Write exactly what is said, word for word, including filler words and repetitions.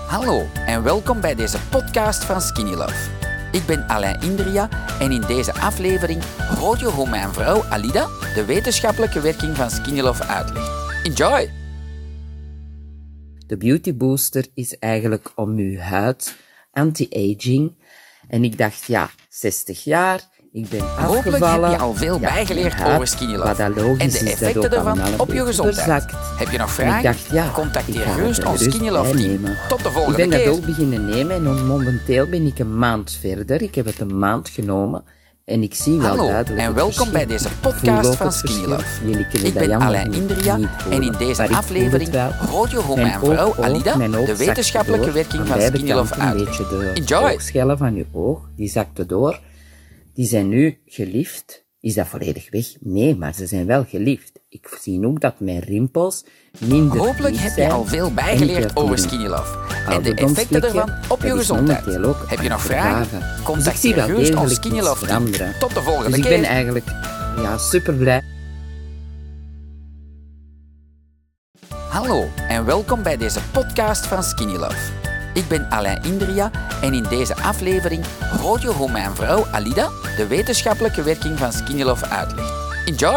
Hallo en welkom bij deze podcast van Skinny Love. Ik ben Alain Indria en in deze aflevering hoor je hoe mijn vrouw Alida de wetenschappelijke werking van Skinny Love uitlegt. Enjoy! De Beauty Booster is eigenlijk om uw huid, anti-aging. En ik dacht, ja, zestig jaar, ik ben afgevallen. Hopelijk heb je al veel ja, bijgeleerd huid, over Skinny Love wat dat logisch en de is, dat effecten ook ervan allemaal op je een gezondheid. verzakt. Heb je nog En vragen? ik dacht, ja, ik Contacteer ga gerust er ons gerust Skinny Love bij team. nemen. Tot de Ik volgende ben dat keer. ook beginnen nemen en momenteel ben ik een maand verder. Ik heb het een maand genomen en ik zie wel Hallo duidelijk en het welkom verschil. bij deze Ik voel podcast ook van het Skinny verschil. Love. Jullie kunnen Ik dat ben jammer Alain genoeg Indria niet en voelen, in deze maar ik voel aflevering het wel. hoor je hoe Mijn mijn vrouw oog ook, Alida mijn oog de zakte wetenschappelijke door. werking Aan van beide Skinny Love kanten een uitlegt. beetje de Enjoy! oogschellen van je oog, die zakte door. Die zijn nu gelift. Is dat volledig weg? Nee, maar ze zijn wel gelift. Ik zie ook dat mijn rimpels minder Hopelijk diep heb je zijn. al veel En bijgeleerd ik heb over hier Skinny Love en de ouderdomsklikken. effecten ervan op je Dat is gezondheid. momenteel ook Heb je nog aan vragen? verdragen. Dus ik zie Contacteer wel gerust ons degelijk Skinny iets Love team. veranderen. Tot de volgende Dus ik keer. ben eigenlijk ja, super blij. Hallo en welkom bij deze podcast van Skinny Love. Ik ben Alain Indria en in deze aflevering hoor je hoe mijn vrouw Alida de wetenschappelijke werking van Skinny Love uitlegt. Enjoy!